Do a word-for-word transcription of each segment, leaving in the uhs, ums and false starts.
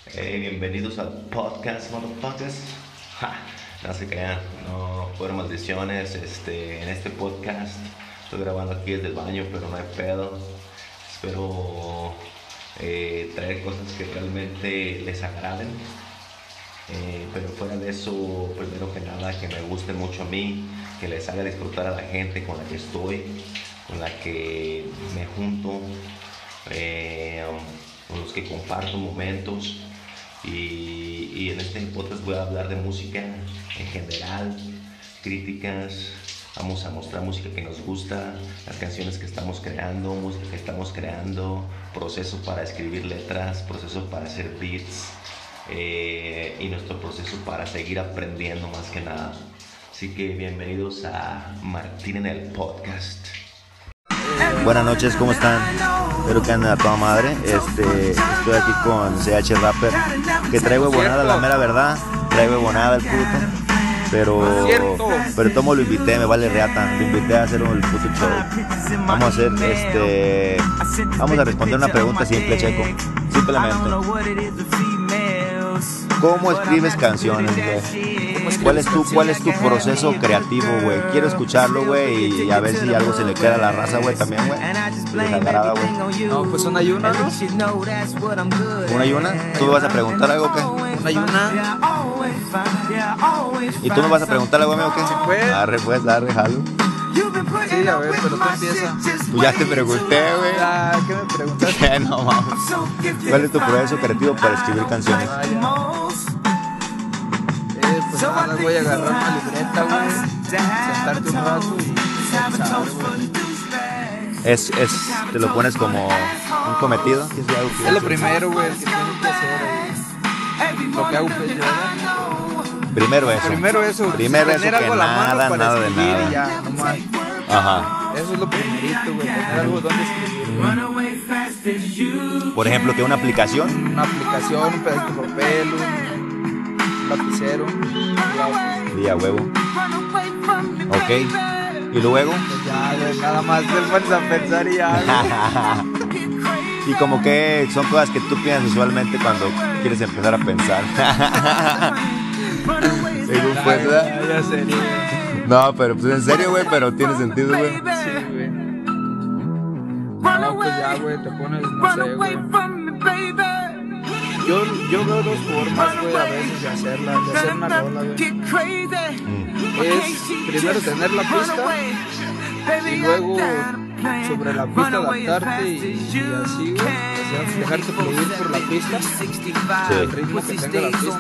Hey, bienvenidos al podcast, motherfuckers. Ja, no se crean, no fueron maldiciones. Este, en este podcast estoy grabando aquí desde el baño, pero no hay pedo. Espero eh, traer cosas que realmente les agraden. Eh, pero fuera de eso, primero que nada, que me guste mucho a mí, que les haga disfrutar a la gente con la que estoy, con la que me junto, eh, con los que comparto momentos. Y, y en este podcast voy a hablar de música en general, críticas. Vamos a mostrar música que nos gusta, las canciones que estamos creando, música que estamos creando, proceso para escribir letras, proceso para hacer beats. Eh, y nuestro proceso para seguir aprendiendo más que nada. Así que bienvenidos a Martín en el podcast. Buenas noches, ¿cómo están? Espero que anden a toda madre. Este, estoy aquí con C H Rapper, que trae huevonada, la mera verdad. Trae huevonada el puto. Pero, pero tomo lo invité, me vale reata. Lo invité a hacer un puto show. Vamos a hacer, este, vamos a responder una pregunta simple, Checo. Simplemente. ¿Cómo escribes canciones, güey? ¿Cuál es tu, cuál es tu proceso creativo, güey? Quiero escucharlo, güey, y a ver si algo se le queda a la raza, güey, también, güey. Les agrada, güey. No, pues una y una, ¿no? ¿Una y una? ¿Tú me vas a preguntar algo o qué? Una y una. ¿Y tú me vas a preguntar algo, amigo, o qué? Pues. Arre, pues, arre, jalo. Sí, a ver, pero tú empieza. Pues ya te pregunté, güey. Ah, ¿qué me preguntaste? No, mames. ¿Cuál es tu proceso creativo para escribir canciones? Ah, ya. Eh, pues nada, voy a agarrar una libreta, güey. Sentarte un rato y pensar, güey. Es, es, te lo pones como un cometido. ¿Qué es algo que Es lo primero, güey, que tienes que hacer. Güey. Lo que hago, pues, yo, ¿no? Primero eso. Primero eso. Primero eso, tener que algo a la mano nada, para nada de escribir nada. y ya, nomás. Ajá. Eso es lo primerito, güey, tener algo donde escribir. Por ejemplo, que una aplicación. Una aplicación, un pedacito de papel, un lapicero, un lápiz. Y a huevo. Ok. ¿Y luego? Pues ya, güey, nada más te pones a pensar y ya. Y como que son cosas que tú piensas usualmente cuando quieres empezar a pensar. Según pues, Ya, ¿verdad? ya sería. No, pero pues en serio, güey, pero tiene sentido, güey. Sí, güey. No, pues ya, güey, te pones, no sé, güey. Yo, yo veo dos formas, güey, a veces de hacerla, de hacer una rola, güey. Mm. Es primero tener la pista y luego sobre la pista adaptarte y, y así, güey. O sea, dejarte fluir por la pista, el ritmo que tenga la pista.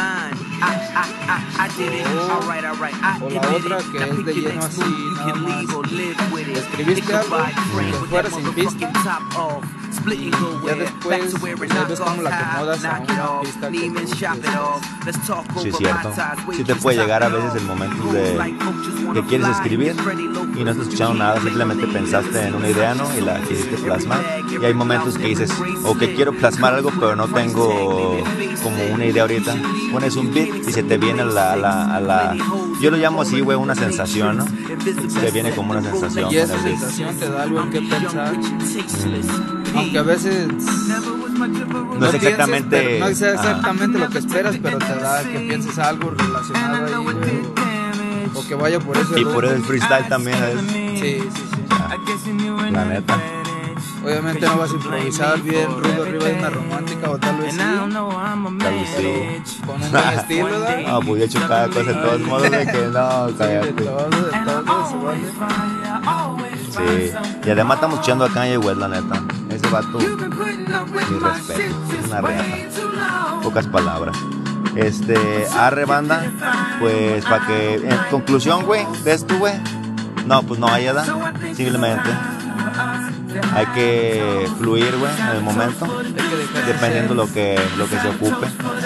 O, o la otra que es de lleno así, nada más. Escribiste algo que fuera sin pista. Y ya después pues, ya ves cómo la acomodas a una pista que te guste. Sí, es cierto. Sí te puede llegar a veces el momento de que quieres escribir y no estás escuchando nada, simplemente pensaste en una idea, ¿no? Y la quisiste plasmar. Y hay momentos que dices, o que quiero plasmar algo, pero no tengo como una idea ahorita. Pones un beat y se te viene a la, a la, a la... Yo lo llamo así, güey, una sensación, ¿no? Te viene como una sensación. Y esa con el beat. sensación te da algo en qué pensar. Mm. Aunque a veces No es exactamente... pienses, pero no es exactamente Ajá. lo que esperas, pero te da que pienses algo relacionado ahí, güey, o, o que vaya por eso. Y por el freestyle también es... Sí, sí, sí. Ah, la neta. Obviamente no vas a improvisar bien rudo arriba de una romántica o tal vez sí. Tal vez sí. Con un buen estilo, ¿verdad? No, pues yo he hecho cada cosa de todos modos de que no, Sí, de cállate. todo, de todo, se vale. Sí, y además estamos escuchando a Kanye West, la neta. Ese vato, mi respeto, es una reata. Pocas palabras. Este, arre banda, pues para que, en conclusión, güey, de esto, güey. No, pues no hay edad, simplemente. Hay que fluir, güey, en el momento, Hay que dejar de dependiendo lo que, lo que se ocupe.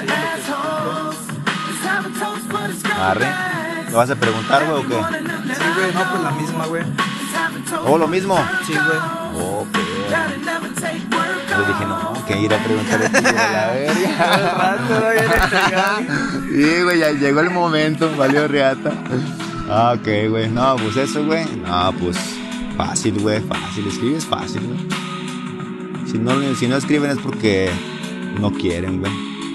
Arre, ¿me vas a preguntar, güey, o qué? ser. Sí, güey, no, pues la misma, güey. ¿O lo mismo? Sí, güey. Oh, pero... Yo dije, no, que ir a preguntar a ti, güey, a la verga. Sí, güey, ya llegó el momento, valió riata. Ah, ok, güey, no, pues eso, güey. No, pues fácil, güey, fácil, escribes fácil, güey. Si no, si no escriben es porque no quieren, güey.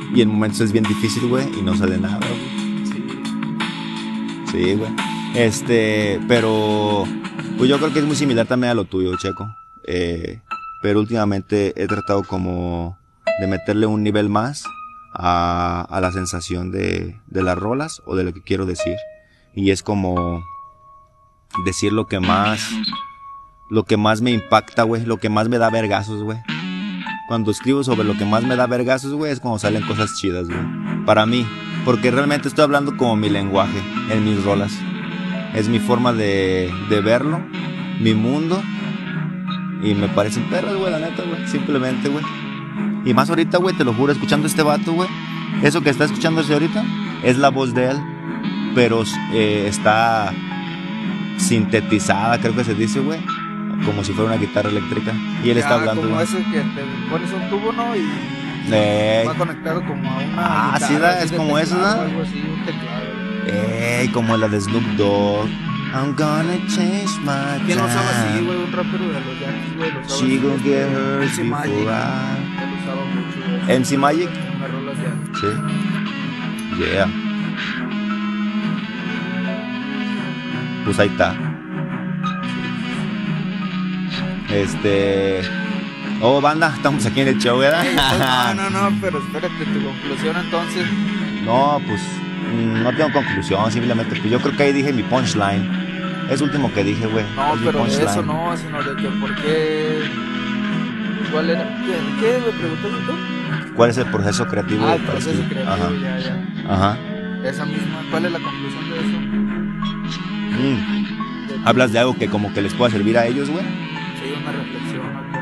y en momentos es bien difícil, güey, y no sale nada, güey. Sí, güey. Este, pero pues yo creo que es muy similar también a lo tuyo, Checo. Eh, pero últimamente he tratado como de meterle un nivel más a, a la sensación de, de las rolas o de lo que quiero decir. Y es como decir lo que más, lo que más me impacta, güey, lo que más me da vergazos, güey. Cuando escribo sobre lo que más me da vergazos, güey, es cuando salen cosas chidas, güey. Para mí, porque realmente estoy hablando como mi lenguaje en mis rolas. Es mi forma de, de verlo, mi mundo. Y me parecen perras, güey, la neta, güey. Simplemente, güey. Y más ahorita, güey, te lo juro, escuchando a este vato, güey. Eso que está escuchándose ahorita es la voz de él. Pero eh, está sintetizada, creo que se dice, güey. Como si fuera una guitarra eléctrica. Y él ya, está hablando, como güey. Eso que te pones un tubo, ¿no? Y Ey. va conectado como a una Ah, guitarra, sí, da, es como teclado, eso, ¿no? Algo así, un teclado. Ey, como la de Snoop Dogg. I'm gonna change my ¿Quién lo usaba así, time. güey? Un rapero de los Yankees, güey. Lo usaba She así, gon' este, get hurt M C Magic. before I- Él usaba mucho, güey. M C Magic. Unas rolas ya. Sí. Yeah. Pues ahí está. Este. Oh, banda, estamos aquí en el show, ¿verdad? No, no, no, pero espérate, tu conclusión entonces. No, pues mm, no tengo conclusión, simplemente pues yo creo que ahí dije mi punchline. Es último que dije, güey. No, es mi pero de punchline. eso no, sino de que por qué. ¿Cuál era? ¿Qué, qué me preguntaste tú? ¿Cuál es el proceso creativo? Ah, el para proceso escribir? creativo, Ajá. ya, ya. Ajá. Esa misma, ¿cuál es la conclusión de eso? Mm. Hablas de algo que como que les pueda servir a ellos, güey. Sí, una reflexión acá.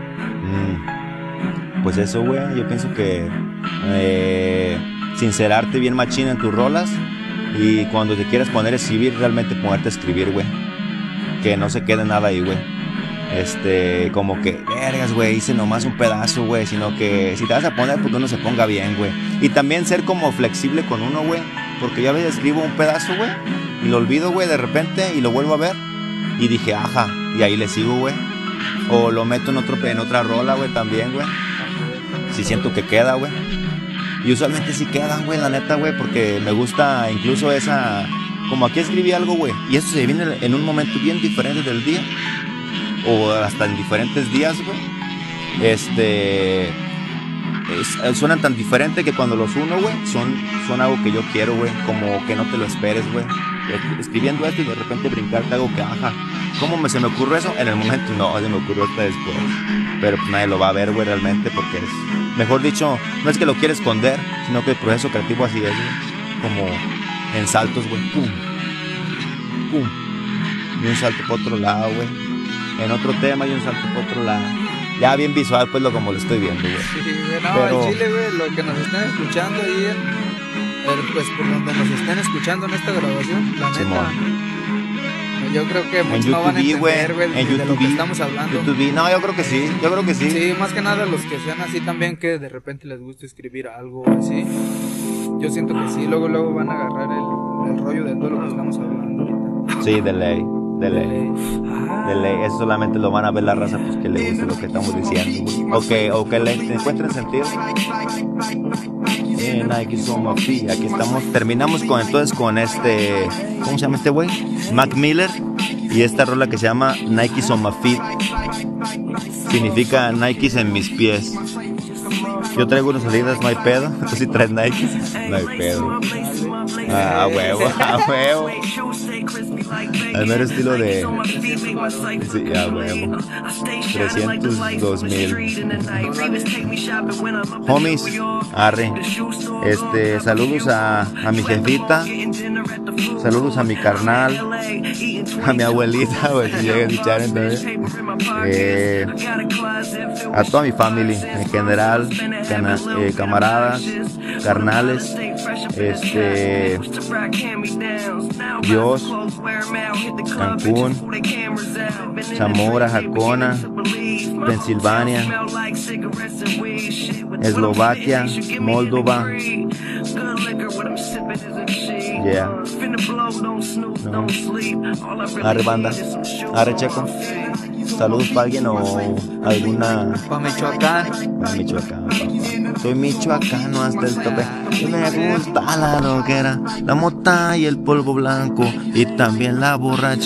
Mm. Pues eso, güey, yo pienso que eh, sincerarte bien machina en tus rolas y cuando te quieras poner a escribir, realmente ponerte a escribir, güey. Que no se quede nada ahí, güey. Este, como que, vergas, güey, hice nomás un pedazo, güey, sino que si te vas a poner, pues uno se ponga bien, güey. Y también ser como flexible con uno, güey, porque yo a veces escribo un pedazo, güey, y lo olvido, güey, de repente, y lo vuelvo a ver, y dije, ajá, y ahí le sigo, güey. O lo meto en, otro, en otra rola, güey, también, güey. Si siento que queda, güey. Y usualmente sí quedan, güey, la neta, güey, porque me gusta incluso esa... Como aquí escribí algo, güey, y eso se viene en un momento bien diferente del día, o hasta en diferentes días, güey. Este... Es, suenan tan diferente que cuando los uno, güey, son, son algo que yo quiero, güey, como que no te lo esperes, güey. Escribiendo esto y de repente brincarte algo que, ajá, ¿cómo me, se me ocurrió eso? En el momento no, se me ocurrió hasta después. Pero pues nadie lo va a ver, güey, realmente, porque es, mejor dicho, no es que lo quiera esconder, sino que el proceso creativo así es, güey. Como en saltos, güey, pum, pum, y un salto para otro lado, güey. En otro tema y un salto para otro lado. Ya bien visual, pues, lo como lo estoy viendo, güey. Sí, no, Pero... en Chile, güey, lo que nos están escuchando ahí en, el, pues por donde nos estén escuchando en esta grabación, la neta, Simón. yo creo que muchos En no van a YouTube, güey, entender, güey, en de lo que YouTube, estamos hablando. YouTube, no, yo creo que sí, yo creo que sí. Sí, más que nada los que sean así también, que de repente les gusta escribir algo así. Yo siento que sí, luego luego van a agarrar el, el rollo de todo lo que estamos hablando ahorita. Sí, de ley, de ley, de ley. Eso solamente lo van a ver la raza, pues que le guste lo que estamos diciendo, güey. O que, o que le encuentren sentido. Eh, Nike on my feet. Aquí estamos, terminamos con entonces con este, ¿cómo se llama este güey? Mac Miller. Y esta rola que se llama Nike on my feet. Significa Nikes en mis pies. Yo traigo unas salidas, no hay pedo. ¿Tú sí traes Nikes? No hay pedo. Ah, a huevo, a huevo. Al mero estilo de... Sí, a huevo. trescientos dos mil. Homies, arre. Este, saludos a, a mi jefita. Saludos a mi carnal. A mi abuelita, güey, si llega a escuchar entonces. Eh, a toda mi familia en general. Cana, eh, camaradas, carnales, este, Dios, Cancún, Zamora, Jacona, Pensilvania, Eslovaquia, Moldova. Yeah. No. Arre banda, arre Checo. Saludos para alguien o alguna... Pa' Michoacán. Pa' Michoacán, papá. Soy michoacano hasta el tope y me gusta la loquera, la mota y el polvo blanco y también la borracha.